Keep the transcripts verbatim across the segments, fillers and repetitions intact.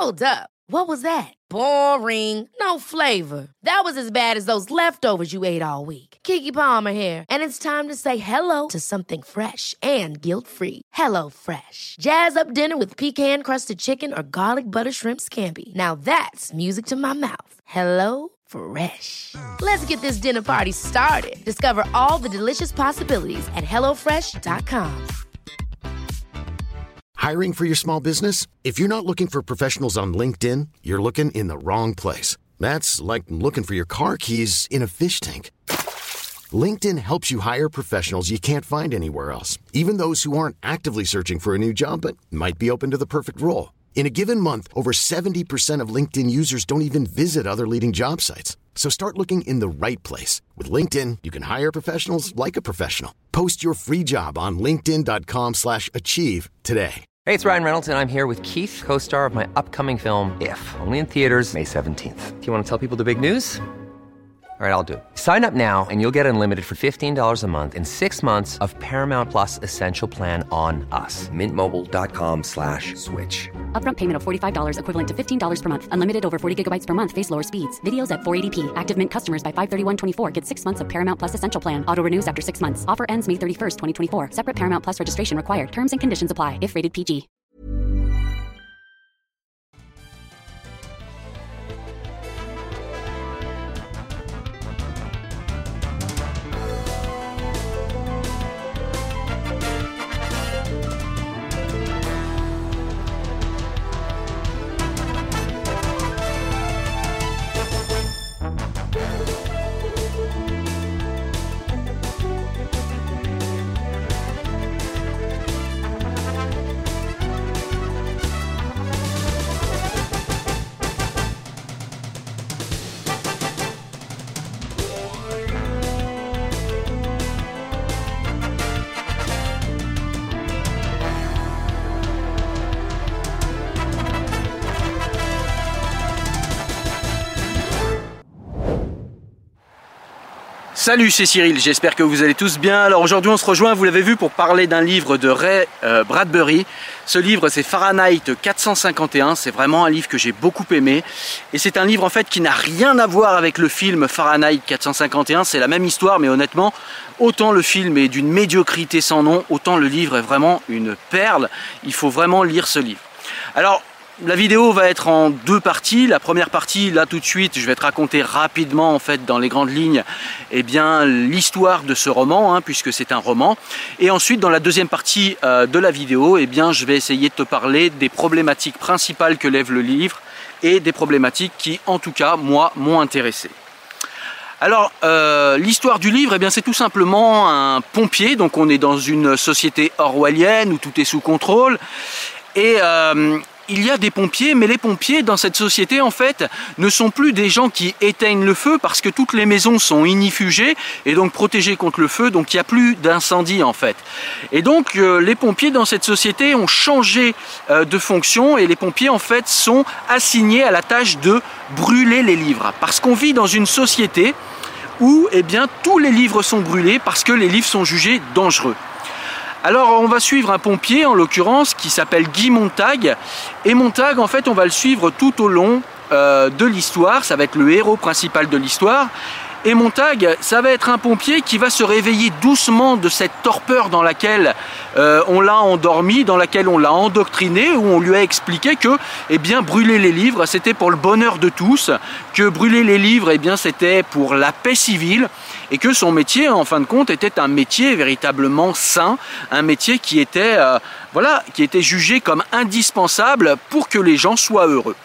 Hold up. What was that? Boring. No flavor. That was as bad as those leftovers you ate all week. Keke Palmer here, and it's time to say hello to something fresh and guilt-free. Hello Fresh. Jazz up dinner with pecan-crusted chicken or garlic butter shrimp scampi. Now that's music to my mouth. Hello Fresh. Let's get this dinner party started. Discover all the delicious possibilities at hello fresh dot com. Hiring for your small business? If you're not looking for professionals on LinkedIn, you're looking in the wrong place. That's like looking for your car keys in a fish tank. LinkedIn helps you hire professionals you can't find anywhere else, even those who aren't actively searching for a new job but might be open to the perfect role. In a given month, over seventy percent of LinkedIn users don't even visit other leading job sites. So start looking in the right place. With LinkedIn, you can hire professionals like a professional. Post your free job on linkedin dot com slash achieve today. Hey, it's Ryan Reynolds, and I'm here with Keith, co-star of my upcoming film, If, only in theaters May seventeenth. Do you want to tell people the big news? All right, I'll do it. Sign up now and you'll get unlimited for fifteen dollars a month and six months of Paramount Plus Essential Plan on us. Mint Mobile dot com slash switch. Upfront payment of forty-five dollars equivalent to fifteen dollars per month. Unlimited over forty gigabytes per month. Face lower speeds. Videos at four eighty p. Active Mint customers by five thirty-one twenty-four get six months of Paramount Plus Essential Plan. Auto renews after six months. Offer ends May thirty-first, twenty twenty-four. Separate Paramount Plus registration required. Terms and conditions apply if rated P G. Salut, c'est Cyril, j'espère que vous allez tous bien. Alors aujourd'hui on se rejoint, vous l'avez vu, pour parler d'un livre de Ray euh, Bradbury. Ce livre c'est Fahrenheit quatre cent cinquante et un, c'est vraiment un livre que j'ai beaucoup aimé. Et c'est un livre en fait qui n'a rien à voir avec le film Fahrenheit quatre cent cinquante et un, c'est la même histoire, mais honnêtement, autant le film est d'une médiocrité sans nom, autant le livre est vraiment une perle. Il faut vraiment lire ce livre. Alors, la vidéo va être en deux parties. La première partie, là tout de suite, je vais te raconter rapidement en fait dans les grandes lignes eh bien l'histoire de ce roman, hein, puisque c'est un roman. Et ensuite, dans la deuxième partie euh, de la vidéo, eh bien je vais essayer de te parler des problématiques principales que lève le livre et des problématiques qui, en tout cas, moi, m'ont intéressé. Alors, euh, l'histoire du livre, eh bien, c'est tout simplement un pompier. Donc, on est dans une société orwellienne où tout est sous contrôle. Et euh, il y a des pompiers, mais les pompiers dans cette société en fait ne sont plus des gens qui éteignent le feu parce que toutes les maisons sont ignifugées et donc protégées contre le feu, donc il n'y a plus d'incendie en fait. Et donc euh, les pompiers dans cette société ont changé euh, de fonction et les pompiers en fait sont assignés à la tâche de brûler les livres parce qu'on vit dans une société où eh bien, tous les livres sont brûlés parce que les livres sont jugés dangereux. Alors on va suivre un pompier en l'occurrence qui s'appelle Guy Montag et Montag en fait on va le suivre tout au long euh, de l'histoire, ça va être le héros principal de l'histoire. Et Montag, ça va être un pompier qui va se réveiller doucement de cette torpeur dans laquelle euh, on l'a endormi, dans laquelle on l'a endoctriné, où on lui a expliqué que eh bien, brûler les livres, c'était pour le bonheur de tous, que brûler les livres, eh bien, c'était pour la paix civile, et que son métier, en fin de compte, était un métier véritablement sain, un métier qui était, euh, voilà, qui était jugé comme indispensable pour que les gens soient heureux.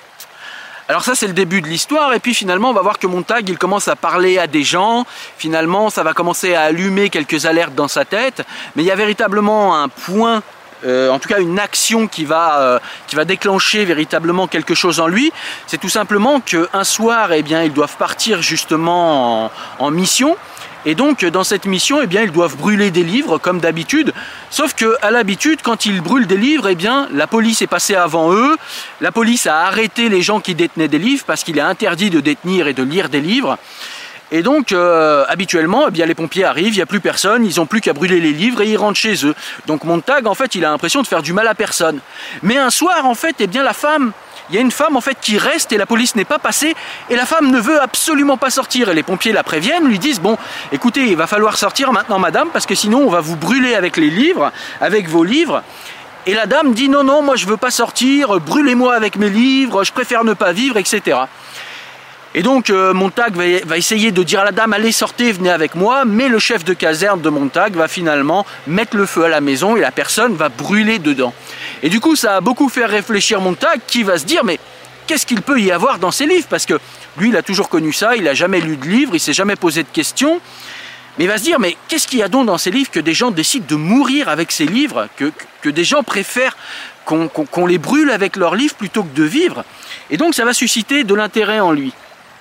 Alors ça c'est le début de l'histoire et puis finalement on va voir que Montag il commence à parler à des gens, finalement ça va commencer à allumer quelques alertes dans sa tête, mais il y a véritablement un point, euh, en tout cas une action qui va, euh, qui va déclencher véritablement quelque chose en lui. C'est tout simplement qu'un soir eh bien, ils doivent partir justement en, en mission. Et donc dans cette mission, eh bien, ils doivent brûler des livres comme d'habitude. Sauf qu'à l'habitude, quand ils brûlent des livres, eh bien, la police est passée avant eux. La police a arrêté les gens qui détenaient des livres parce qu'il est interdit de détenir et de lire des livres. Et donc, euh, habituellement, eh bien, les pompiers arrivent, il n'y a plus personne, ils n'ont plus qu'à brûler les livres et ils rentrent chez eux. Donc Montag, en fait, il a l'impression de faire du mal à personne. Mais un soir, en fait, eh bien, la femme, il y a une femme, en fait, qui reste et la police n'est pas passée et la femme ne veut absolument pas sortir. Et les pompiers la préviennent, lui disent, bon, écoutez, il va falloir sortir maintenant, madame, parce que sinon, on va vous brûler avec les livres, avec vos livres. Et la dame dit, non, non, moi, je ne veux pas sortir, brûlez-moi avec mes livres, je préfère ne pas vivre, et cetera. Et donc euh, Montag va, va essayer de dire à la dame, allez sortez, venez avec moi, mais le chef de caserne de Montag va finalement mettre le feu à la maison et la personne va brûler dedans. Et du coup ça a beaucoup fait réfléchir Montag qui va se dire, mais qu'est-ce qu'il peut y avoir dans ces livres? Parce que lui il a toujours connu ça, il n'a jamais lu de livres, il ne s'est jamais posé de questions. Mais il va se dire, mais qu'est-ce qu'il y a donc dans ces livres que des gens décident de mourir avec ces livres, que, que des gens préfèrent qu'on, qu'on, qu'on les brûle avec leurs livres plutôt que de vivre? Et donc ça va susciter de l'intérêt en lui.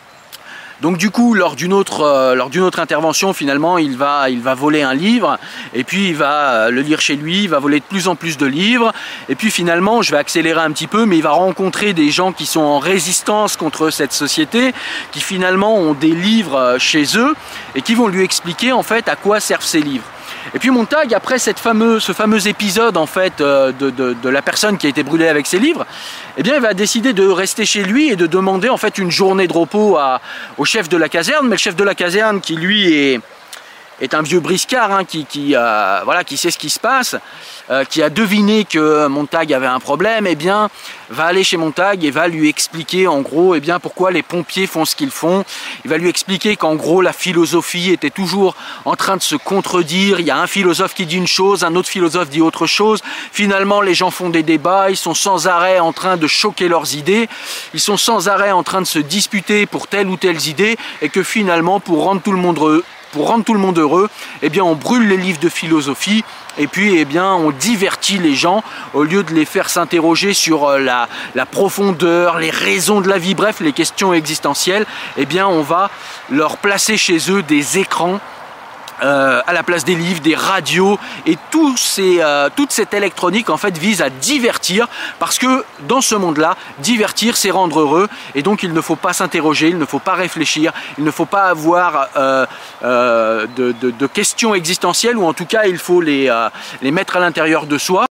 Donc du coup, lors d'une autre, euh, lors d'une autre intervention, finalement, il va, il va voler un livre et puis il va le lire chez lui, il va voler de plus en plus de livres et puis finalement, je vais accélérer un petit peu, mais il va rencontrer des gens qui sont en résistance contre cette société, qui finalement ont des livres chez eux et qui vont lui expliquer en fait à quoi servent ces livres. Et puis Montag, après cette fameuse, ce fameux épisode en fait de, de, de la personne qui a été brûlée avec ses livres, eh bien il va décider de rester chez lui et de demander en fait une journée de repos à, au chef de la caserne. Mais le chef de la caserne qui lui est, est un vieux briscard, hein, qui, qui, euh, voilà, qui sait ce qui se passe, euh, qui a deviné que Montag avait un problème, eh bien va aller chez Montag et va lui expliquer en gros eh bien, pourquoi les pompiers font ce qu'ils font. Il va lui expliquer qu'en gros la philosophie était toujours en train de se contredire. Il y a un philosophe qui dit une chose, un autre philosophe dit autre chose. Finalement les gens font des débats, ils sont sans arrêt en train de choquer leurs idées, ils sont sans arrêt en train de se disputer pour telle ou telle idée et que finalement pour rendre tout le monde heureux, pour rendre tout le monde heureux, eh bien on brûle les livres de philosophie et puis eh bien on divertit les gens au lieu de les faire s'interroger sur la, la profondeur, les raisons de la vie, bref les questions existentielles. Eh bien on va leur placer chez eux des écrans Euh, à la place des livres, des radios et tout ces, euh, toute cette électronique en fait vise à divertir, parce que dans ce monde-là, divertir c'est rendre heureux et donc il ne faut pas s'interroger, il ne faut pas réfléchir, il ne faut pas avoir euh, euh, de, de, de questions existentielles, ou en tout cas il faut les, euh, les mettre à l'intérieur de soi.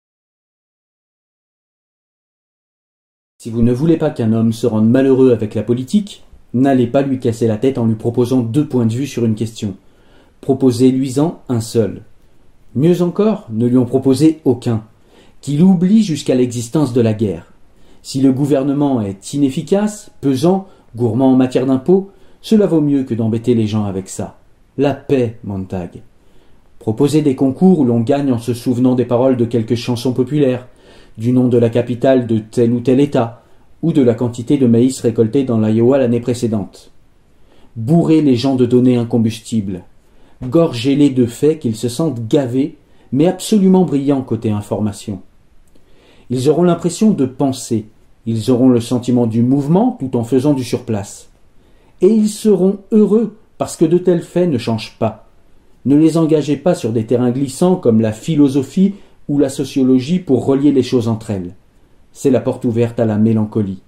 Si vous ne voulez pas qu'un homme se rende malheureux avec la politique, n'allez pas lui casser la tête en lui proposant deux points de vue sur une question. Proposez-lui-en un seul. Mieux encore, ne lui en proposez aucun, qu'il oublie jusqu'à l'existence de la guerre. Si le gouvernement est inefficace, pesant, gourmand en matière d'impôts, cela vaut mieux que d'embêter les gens avec ça. La paix, Montag. Proposez des concours où l'on gagne en se souvenant des paroles de quelques chansons populaires, du nom de la capitale de tel ou tel État, ou de la quantité de maïs récolté dans l'Iowa l'année précédente. Bourrez les gens de données incombustibles. Gorgez-les de faits qu'ils se sentent gavés, mais absolument brillants côté information. Ils auront l'impression de penser, ils auront le sentiment du mouvement tout en faisant du surplace. Et ils seront heureux parce que de tels faits ne changent pas. Ne les engagez pas sur des terrains glissants comme la philosophie ou la sociologie pour relier les choses entre elles. C'est la porte ouverte à la mélancolie.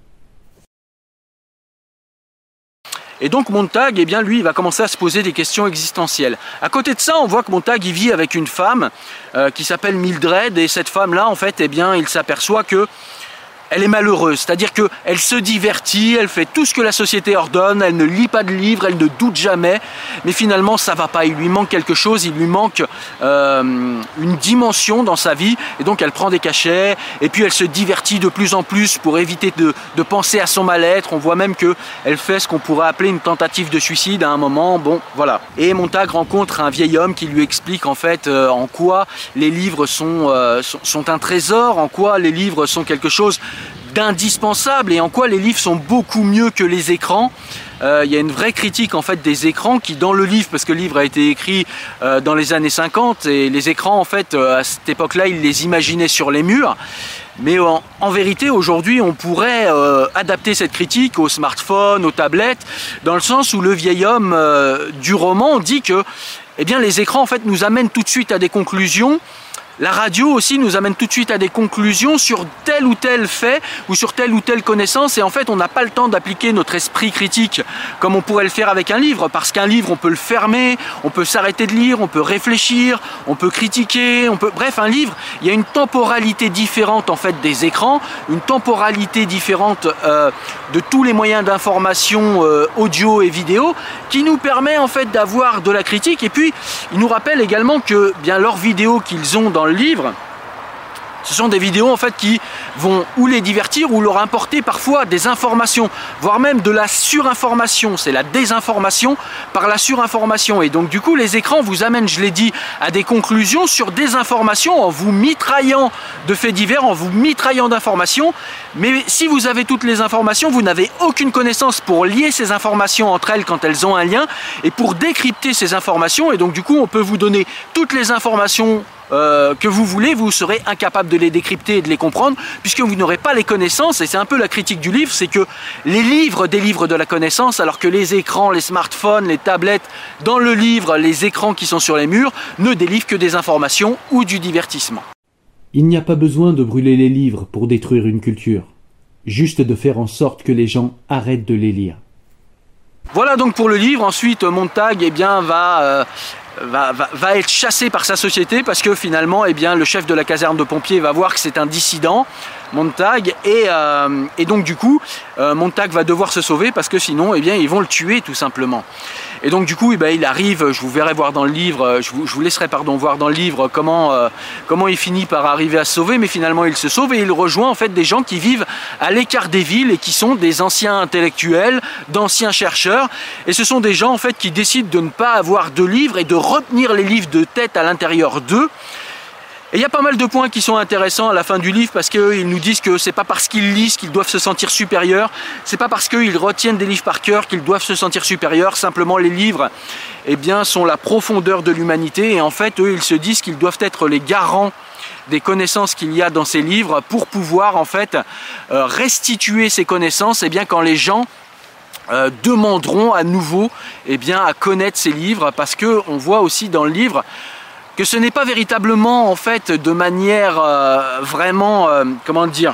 Et donc Montag, eh bien lui, il va commencer à se poser des questions existentielles. À côté de ça, on voit que Montag, il vit avec une femme euh, qui s'appelle Mildred, et cette femme-là, en fait, eh bien, il s'aperçoit que elle est malheureuse, c'est-à-dire qu'elle se divertit, elle fait tout ce que la société ordonne, elle ne lit pas de livres, elle ne doute jamais, mais finalement ça va pas, il lui manque quelque chose, il lui manque euh, une dimension dans sa vie, et donc elle prend des cachets, et puis elle se divertit de plus en plus pour éviter de, de penser à son mal-être. On voit même qu'elle fait ce qu'on pourrait appeler une tentative de suicide à un moment, bon voilà. Et Montag rencontre un vieil homme qui lui explique en fait euh, en quoi les livres sont, euh, sont, sont un trésor, en quoi les livres sont quelque chose d'indispensable, et en quoi les livres sont beaucoup mieux que les écrans. Euh, il y a une vraie critique en fait des écrans qui, dans le livre, parce que le livre a été écrit euh, dans les années cinquante, et les écrans en fait euh, à cette époque-là ils les imaginaient sur les murs, mais en, en vérité aujourd'hui on pourrait euh, adapter cette critique aux smartphones, aux tablettes, dans le sens où le vieil homme euh, du roman dit que eh bien, les écrans en fait nous amènent tout de suite à des conclusions La radio aussi nous amène tout de suite à des conclusions sur tel ou tel fait ou sur telle ou telle connaissance et en fait on n'a pas le temps d'appliquer notre esprit critique comme on pourrait le faire avec un livre, parce qu'un livre on peut le fermer, on peut s'arrêter de lire, on peut réfléchir, on peut critiquer, on peut... bref un livre, il y a une temporalité différente en fait des écrans, une temporalité différente euh, de tous les moyens d'information euh, audio et vidéo qui nous permet en fait d'avoir de la critique et puis il nous rappelle également que bien leurs vidéos qu'ils ont dans le livre, ce sont des vidéos en fait qui vont ou les divertir ou leur apporter parfois des informations, voire même de la surinformation. C'est la désinformation par la surinformation. Et donc du coup les écrans vous amènent, je l'ai dit, à des conclusions sur des informations en vous mitraillant de faits divers, en vous mitraillant d'informations. Mais si vous avez toutes les informations, vous n'avez aucune connaissance pour lier ces informations entre elles quand elles ont un lien et pour décrypter ces informations. Et donc du coup on peut vous donner toutes les informations Euh, que vous voulez, vous serez incapable de les décrypter et de les comprendre puisque vous n'aurez pas les connaissances. Et c'est un peu la critique du livre, c'est que les livres délivrent de la connaissance alors que les écrans, les smartphones, les tablettes, dans le livre, les écrans qui sont sur les murs ne délivrent que des informations ou du divertissement. Il n'y a pas besoin de brûler les livres pour détruire une culture, juste de faire en sorte que les gens arrêtent de les lire. Voilà donc pour le livre. Ensuite Montag eh bien, va... Euh, Va, va, va être chassé par sa société parce que finalement eh bien, le chef de la caserne de pompiers va voir que c'est un dissident, Montag, et, euh, et donc du coup euh, Montag va devoir se sauver parce que sinon eh bien, ils vont le tuer tout simplement. Et donc du coup eh bien, il arrive, je vous verrai voir dans le livre, je vous, je vous laisserai pardon, voir dans le livre comment, euh, comment il finit par arriver à se sauver, mais finalement il se sauve et il rejoint en fait des gens qui vivent à l'écart des villes et qui sont des anciens intellectuels, d'anciens chercheurs, et ce sont des gens en fait qui décident de ne pas avoir de livres et de retenir les livres de tête à l'intérieur d'eux. Et il y a pas mal de points qui sont intéressants à la fin du livre parce qu'ils nous disent que c'est pas parce qu'ils lisent qu'ils doivent se sentir supérieurs, c'est pas parce qu'ils retiennent des livres par cœur qu'ils doivent se sentir supérieurs, simplement les livres eh bien, sont la profondeur de l'humanité et en fait eux ils se disent qu'ils doivent être les garants des connaissances qu'il y a dans ces livres pour pouvoir en fait euh, restituer ces connaissances eh bien, quand les gens Euh, demanderont à nouveau eh bien, à connaître ces livres parce qu'on voit aussi dans le livre que ce n'est pas véritablement en fait de manière euh, vraiment, euh, comment dire.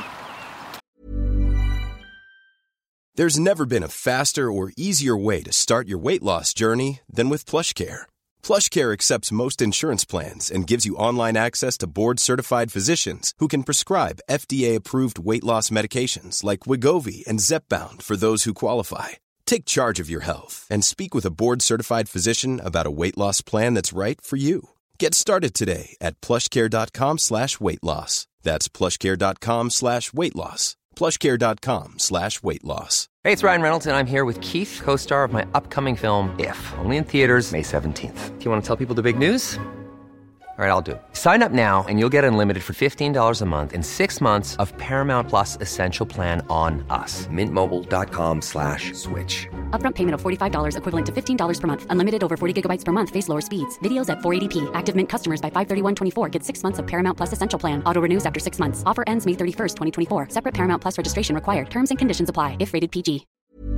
There's never been a faster or easier way to start your weight loss journey than with PlushCare. PlushCare accepts most insurance plans and gives you online access to board-certified physicians who can prescribe F D A-approved weight loss medications like Wegovy and Zepbound for those who qualify. Take charge of your health and speak with a board-certified physician about a weight loss plan that's right for you. Get started today at plushcare.com slash weight loss. That's plushcare.com slash weight loss. plushcare.com slash weight loss. Hey, it's Ryan Reynolds, and I'm here with Keith, co-star of my upcoming film, If, only in theaters May seventeenth. Do you want to tell people the big news? All right, I'll do it. Sign up now and you'll get unlimited for fifteen dollars a month and six months of Paramount Plus Essential Plan on us. Mint Mobile dot com slash switch. Upfront payment of forty-five dollars equivalent to fifteen dollars per month. Unlimited over forty gigabytes per month. Face lower speeds. Videos at four eighty p. Active Mint customers by five thirty-one twenty-four get six months of Paramount Plus Essential Plan. Auto renews after six months. Offer ends May thirty-first, twenty twenty-four. Separate Paramount Plus registration required. Terms and conditions apply if rated P G.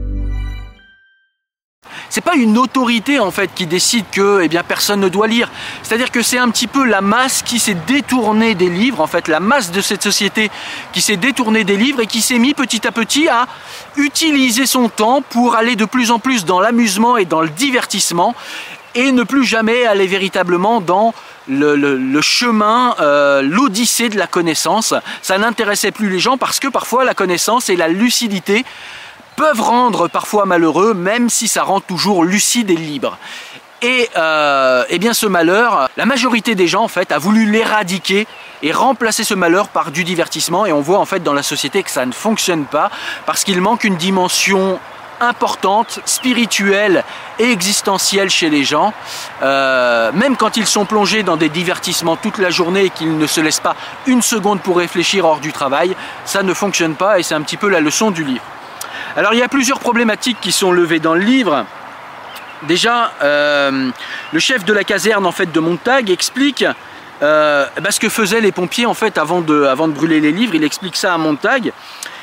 C'est pas une autorité en fait qui décide que eh bien, personne ne doit lire. C'est-à-dire que c'est un petit peu la masse qui s'est détournée des livres, en fait la masse de cette société qui s'est détournée des livres et qui s'est mis petit à petit à utiliser son temps pour aller de plus en plus dans l'amusement et dans le divertissement et ne plus jamais aller véritablement dans le, le, le chemin, euh, l'odyssée de la connaissance. Ça n'intéressait plus les gens parce que parfois la connaissance et la lucidité peuvent rendre parfois malheureux, même si ça rend toujours lucide et libre. Et euh, eh bien ce malheur, la majorité des gens en fait a voulu l'éradiquer et remplacer ce malheur par du divertissement. Et on voit en fait dans la société que ça ne fonctionne pas parce qu'il manque une dimension importante, spirituelle et existentielle chez les gens. Euh, même quand ils sont plongés dans des divertissements toute la journée et qu'ils ne se laissent pas une seconde pour réfléchir hors du travail, ça ne fonctionne pas et c'est un petit peu la leçon du livre. Alors il y a plusieurs problématiques qui sont levées dans le livre. Déjà, euh, le chef de la caserne en fait de Montag explique euh, bah, ce que faisaient les pompiers en fait avant de, avant de brûler les livres. Il explique ça à Montag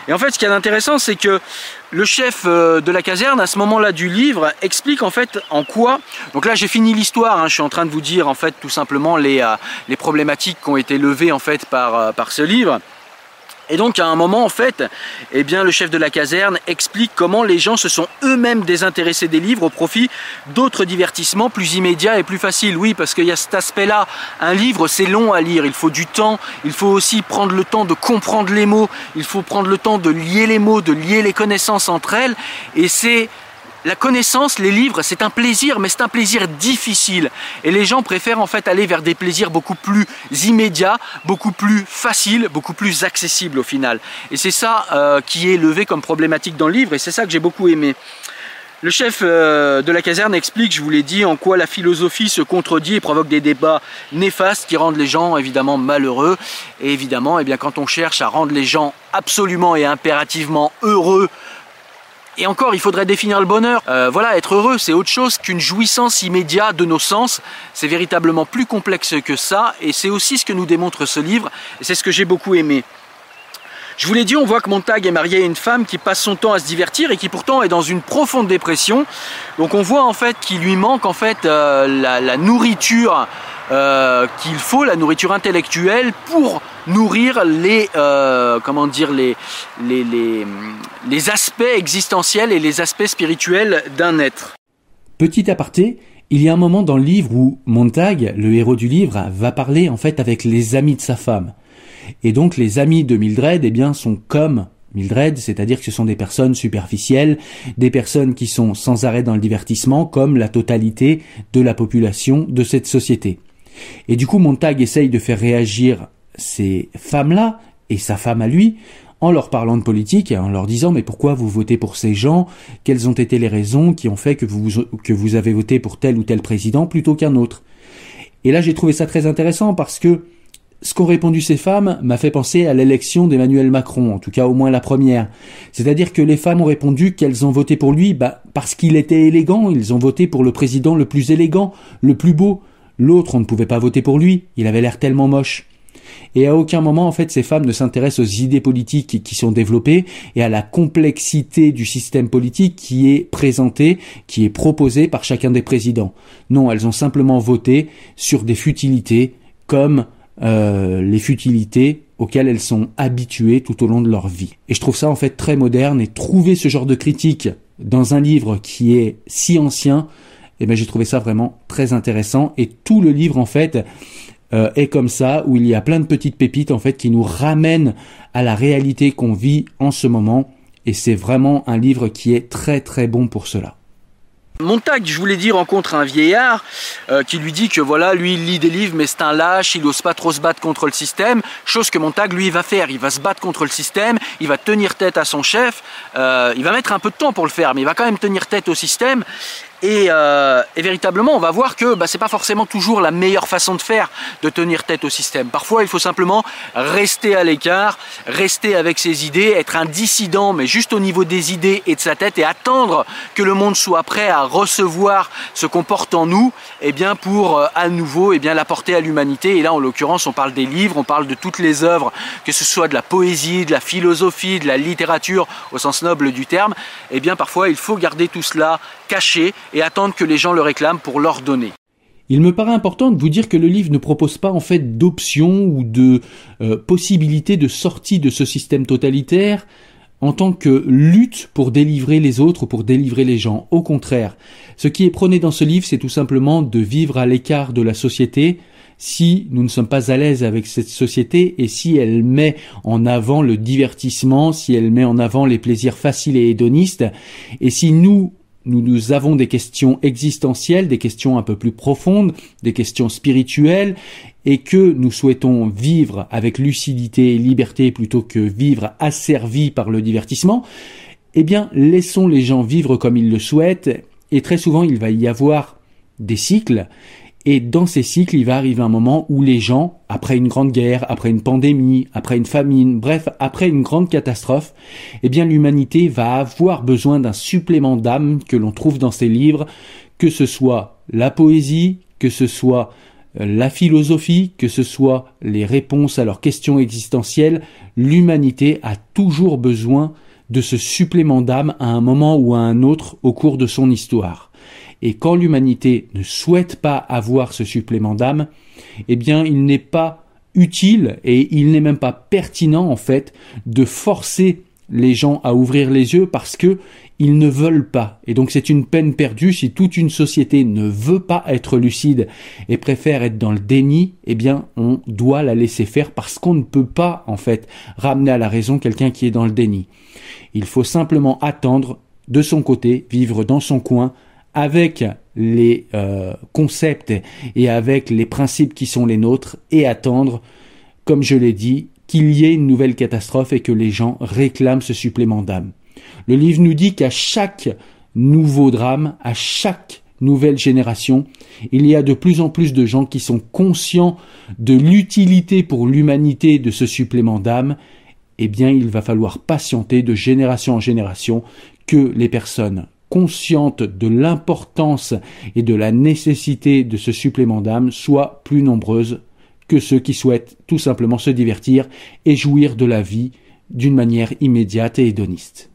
Et en fait, ce qui est intéressant, c'est que le chef de la caserne, à ce moment-là du livre, explique en fait en quoi... Donc là, j'ai fini l'histoire, hein, je suis en train de vous dire en fait tout simplement les, euh, les problématiques qui ont été levées en fait par, euh, par ce livre. Et donc à un moment en fait, eh bien, le chef de la caserne explique comment les gens se sont eux-mêmes désintéressés des livres au profit d'autres divertissements plus immédiats et plus faciles. Oui, parce qu'il y a cet aspect-là, un livre c'est long à lire, il faut du temps, il faut aussi prendre le temps de comprendre les mots, il faut prendre le temps de lier les mots, de lier les connaissances entre elles, et c'est... La connaissance, les livres, c'est un plaisir, mais c'est un plaisir difficile. Et les gens préfèrent en fait aller vers des plaisirs beaucoup plus immédiats, beaucoup plus faciles, beaucoup plus accessibles au final. Et c'est ça euh, qui est levé comme problématique dans le livre, et c'est ça que j'ai beaucoup aimé. Le chef euh, de la caserne explique, je vous l'ai dit, en quoi la philosophie se contredit et provoque des débats néfastes qui rendent les gens évidemment malheureux. Et évidemment, eh bien, quand on cherche à rendre les gens absolument et impérativement heureux, et encore, il faudrait définir le bonheur. Euh, voilà, être heureux, c'est autre chose qu'une jouissance immédiate de nos sens. C'est véritablement plus complexe que ça, et c'est aussi ce que nous démontre ce livre, et c'est ce que j'ai beaucoup aimé. Je vous l'ai dit, on voit que Montag est marié à une femme qui passe son temps à se divertir et qui pourtant est dans une profonde dépression. Donc on voit en fait qu'il lui manque en fait euh, la, la nourriture euh, qu'il faut, la nourriture intellectuelle pour nourrir les euh, comment dire les, les les les aspects existentiels et les aspects spirituels d'un être. Petit aparté, il y a un moment dans le livre où Montag, le héros du livre, va parler en fait avec les amis de sa femme. Et donc les amis de Mildred, eh bien, sont comme Mildred, c'est-à-dire que ce sont des personnes superficielles, des personnes qui sont sans arrêt dans le divertissement, comme la totalité de la population de cette société. Et du coup, Montag essaye de faire réagir ces femmes-là, et sa femme à lui, en leur parlant de politique et en leur disant « Mais pourquoi vous votez pour ces gens ? Quelles ont été les raisons qui ont fait que vous, que vous avez voté pour tel ou tel président plutôt qu'un autre ?» Et là, j'ai trouvé ça très intéressant parce que ce qu'ont répondu ces femmes m'a fait penser à l'élection d'Emmanuel Macron, en tout cas au moins la première. C'est-à-dire que les femmes ont répondu qu'elles ont voté pour lui bah, parce qu'il était élégant, ils ont voté pour le président le plus élégant, le plus beau. L'autre, on ne pouvait pas voter pour lui, il avait l'air tellement moche. Et à aucun moment, en fait, ces femmes ne s'intéressent aux idées politiques qui sont développées et à la complexité du système politique qui est présenté, qui est proposé par chacun des présidents. Non, elles ont simplement voté sur des futilités comme euh, les futilités auxquelles elles sont habituées tout au long de leur vie. Et je trouve ça en fait très moderne, et trouver ce genre de critique dans un livre qui est si ancien, eh bien, j'ai trouvé ça vraiment très intéressant. Et tout le livre, en fait, Euh, est comme ça, où il y a plein de petites pépites en fait qui nous ramènent à la réalité qu'on vit en ce moment, et c'est vraiment un livre qui est très très bon pour cela. Montag, je vous l'ai dit, rencontre un vieillard euh, qui lui dit que voilà, lui il lit des livres mais c'est un lâche, il n'ose pas trop se battre contre le système, chose que Montag lui va faire, il va se battre contre le système, il va tenir tête à son chef, euh, il va mettre un peu de temps pour le faire mais il va quand même tenir tête au système. Et, euh, et véritablement, on va voir que bah, c'est pas forcément toujours la meilleure façon de faire, de tenir tête au système. Parfois, il faut simplement rester à l'écart, rester avec ses idées, être un dissident, mais juste au niveau des idées et de sa tête, et attendre que le monde soit prêt à recevoir ce qu'on porte en nous, et bien pour euh, à nouveau, et bien l'apporter à l'humanité. Et là, en l'occurrence, on parle des livres, on parle de toutes les œuvres, que ce soit de la poésie, de la philosophie, de la littérature, au sens noble du terme. Et bien parfois, il faut garder tout cela caché et attendre que les gens le réclament pour leur donner. Il me paraît important de vous dire que le livre ne propose pas en fait d'options ou de euh, possibilités de sortie de ce système totalitaire en tant que lutte pour délivrer les autres ou pour délivrer les gens. Au contraire, ce qui est prôné dans ce livre, c'est tout simplement de vivre à l'écart de la société si nous ne sommes pas à l'aise avec cette société, et si elle met en avant le divertissement, si elle met en avant les plaisirs faciles et hédonistes, et si nous Nous, nous avons des questions existentielles, des questions un peu plus profondes, des questions spirituelles, et que nous souhaitons vivre avec lucidité et liberté plutôt que vivre asservis par le divertissement, eh bien, laissons les gens vivre comme ils le souhaitent, et très souvent, il va y avoir des cycles, et dans ces cycles, il va arriver un moment où les gens, après une grande guerre, après une pandémie, après une famine, bref, après une grande catastrophe, eh bien l'humanité va avoir besoin d'un supplément d'âme que l'on trouve dans ces livres, que ce soit la poésie, que ce soit la philosophie, que ce soit les réponses à leurs questions existentielles, l'humanité a toujours besoin de ce supplément d'âme à un moment ou à un autre au cours de son histoire. Et quand l'humanité ne souhaite pas avoir ce supplément d'âme, eh bien il n'est pas utile et il n'est même pas pertinent en fait de forcer les gens à ouvrir les yeux parce que ils ne veulent pas. Et donc c'est une peine perdue si toute une société ne veut pas être lucide et préfère être dans le déni, eh bien on doit la laisser faire parce qu'on ne peut pas en fait ramener à la raison quelqu'un qui est dans le déni. Il faut simplement attendre de son côté, vivre dans son coin avec les euh, concepts et avec les principes qui sont les nôtres et attendre, comme je l'ai dit, qu'il y ait une nouvelle catastrophe et que les gens réclament ce supplément d'âme. Le livre nous dit qu'à chaque nouveau drame, à chaque nouvelle génération, il y a de plus en plus de gens qui sont conscients de l'utilité pour l'humanité de ce supplément d'âme. Eh bien, il va falloir patienter de génération en génération que les personnes conscientes de l'importance et de la nécessité de ce supplément d'âme soient plus nombreuses que ceux qui souhaitent tout simplement se divertir et jouir de la vie d'une manière immédiate et hédoniste.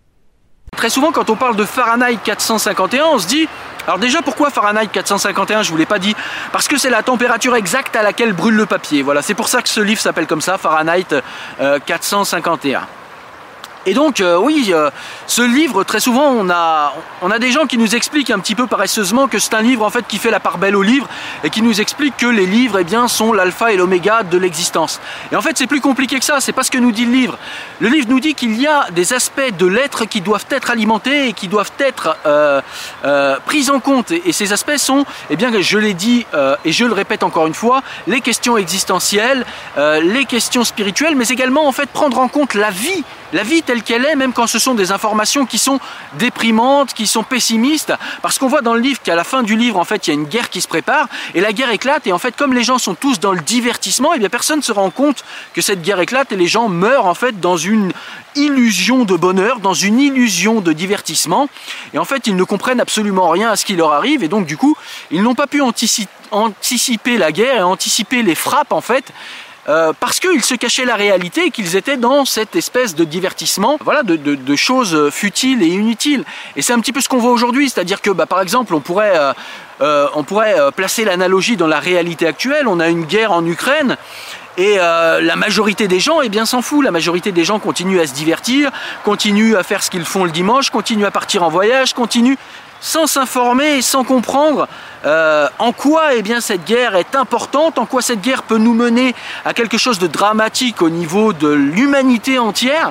Très souvent, quand on parle de Fahrenheit quatre cent cinquante et un, on se dit... Alors déjà, pourquoi Fahrenheit quatre cent cinquante et un? Je vous l'ai pas dit. Parce que c'est la température exacte à laquelle brûle le papier. Voilà, c'est pour ça que ce livre s'appelle comme ça, Fahrenheit euh, quatre cent cinquante et un. Et donc, euh, oui, euh, ce livre, très souvent, on a, on a des gens qui nous expliquent un petit peu paresseusement que c'est un livre en fait qui fait la part belle aux livres et qui nous explique que les livres, eh bien, sont l'alpha et l'oméga de l'existence. Et en fait, c'est plus compliqué que ça. C'est pas ce que nous dit le livre. Le livre nous dit qu'il y a des aspects de l'être qui doivent être alimentés et qui doivent être euh, euh, pris en compte. Et, et ces aspects sont, eh bien, je l'ai dit euh, et je le répète encore une fois, les questions existentielles, euh, les questions spirituelles, mais également en fait prendre en compte la vie. La vie telle qu'elle est, même quand ce sont des informations qui sont déprimantes, qui sont pessimistes, parce qu'on voit dans le livre qu'à la fin du livre, en fait, il y a une guerre qui se prépare, et la guerre éclate, et en fait, comme les gens sont tous dans le divertissement, et bien personne ne se rend compte que cette guerre éclate, et les gens meurent, en fait, dans une illusion de bonheur, dans une illusion de divertissement, et en fait, ils ne comprennent absolument rien à ce qui leur arrive, et donc, du coup, ils n'ont pas pu anticiper, anticiper la guerre, et anticiper les frappes, en fait, Euh, parce qu'ils se cachaient la réalité et qu'ils étaient dans cette espèce de divertissement, voilà, de, de, de choses futiles et inutiles. Et c'est un petit peu ce qu'on voit aujourd'hui, c'est-à-dire que, bah, par exemple, on pourrait, euh, euh, on pourrait placer l'analogie dans la réalité actuelle. On a une guerre en Ukraine. Et euh, la majorité des gens, eh bien, s'en fout. La majorité des gens continuent à se divertir, continuent à faire ce qu'ils font le dimanche, continuent à partir en voyage, continuent sans s'informer et sans comprendre euh, en quoi eh bien, cette guerre est importante, en quoi cette guerre peut nous mener à quelque chose de dramatique au niveau de l'humanité entière.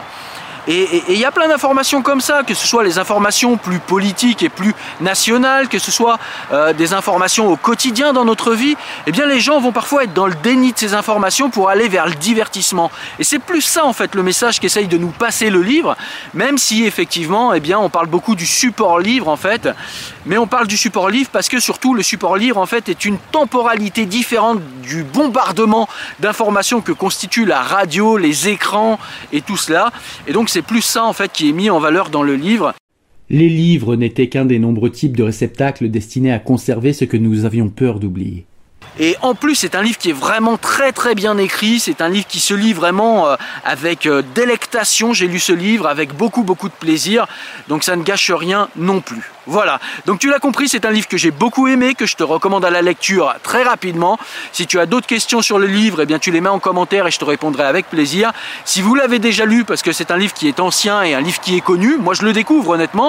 Et il y a plein d'informations comme ça, que ce soit les informations plus politiques et plus nationales, que ce soit euh, des informations au quotidien dans notre vie, eh bien les gens vont parfois être dans le déni de ces informations pour aller vers le divertissement. Et c'est plus ça en fait le message qu'essaye de nous passer le livre, même si effectivement eh bien, on parle beaucoup du support livre en fait, mais on parle du support livre parce que surtout le support livre en fait est une temporalité différente du bombardement d'informations que constitue la radio, les écrans et tout cela. Et donc c'est plus ça en fait qui est mis en valeur dans le livre. Les livres n'étaient qu'un des nombreux types de réceptacles destinés à conserver ce que nous avions peur d'oublier. Et en plus, c'est un livre qui est vraiment très très bien écrit, c'est un livre qui se lit vraiment euh, avec euh, délectation. J'ai lu ce livre avec beaucoup beaucoup de plaisir, donc ça ne gâche rien non plus. Voilà, donc tu l'as compris, c'est un livre que j'ai beaucoup aimé, que je te recommande à la lecture très rapidement. Si tu as d'autres questions sur le livre, eh bien tu les mets en commentaire et je te répondrai avec plaisir. Si vous l'avez déjà lu, parce que c'est un livre qui est ancien et un livre qui est connu, moi je le découvre honnêtement,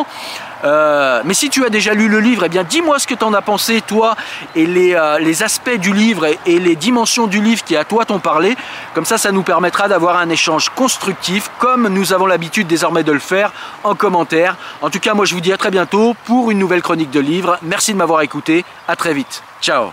euh, mais si tu as déjà lu le livre, eh bien dis-moi ce que tu en as pensé, toi, et les, euh, les aspects du livre et, et les dimensions du livre qui à toi t'ont parlé. Comme ça, ça nous permettra d'avoir un échange constructif, comme nous avons l'habitude désormais de le faire en commentaire. En tout cas, moi je vous dis à très bientôt pour une nouvelle chronique de livres. Merci de m'avoir écouté. À très vite. Ciao.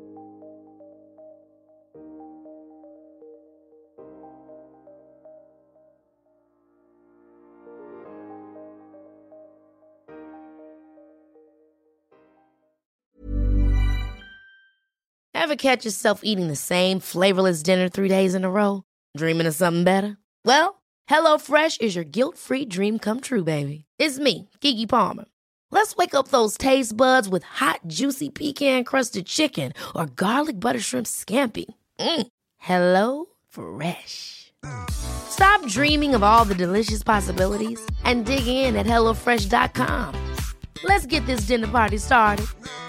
Ever catch yourself eating the same flavorless dinner three days in a row? Dreaming of something better? Well, HelloFresh is your guilt-free dream come true, baby. It's me, Keke Palmer. Let's wake up those taste buds with hot, juicy pecan-crusted chicken or garlic butter shrimp scampi. Mm. Hello Fresh. Stop dreaming of all the delicious possibilities and dig in at hello fresh dot com. Let's get this dinner party started.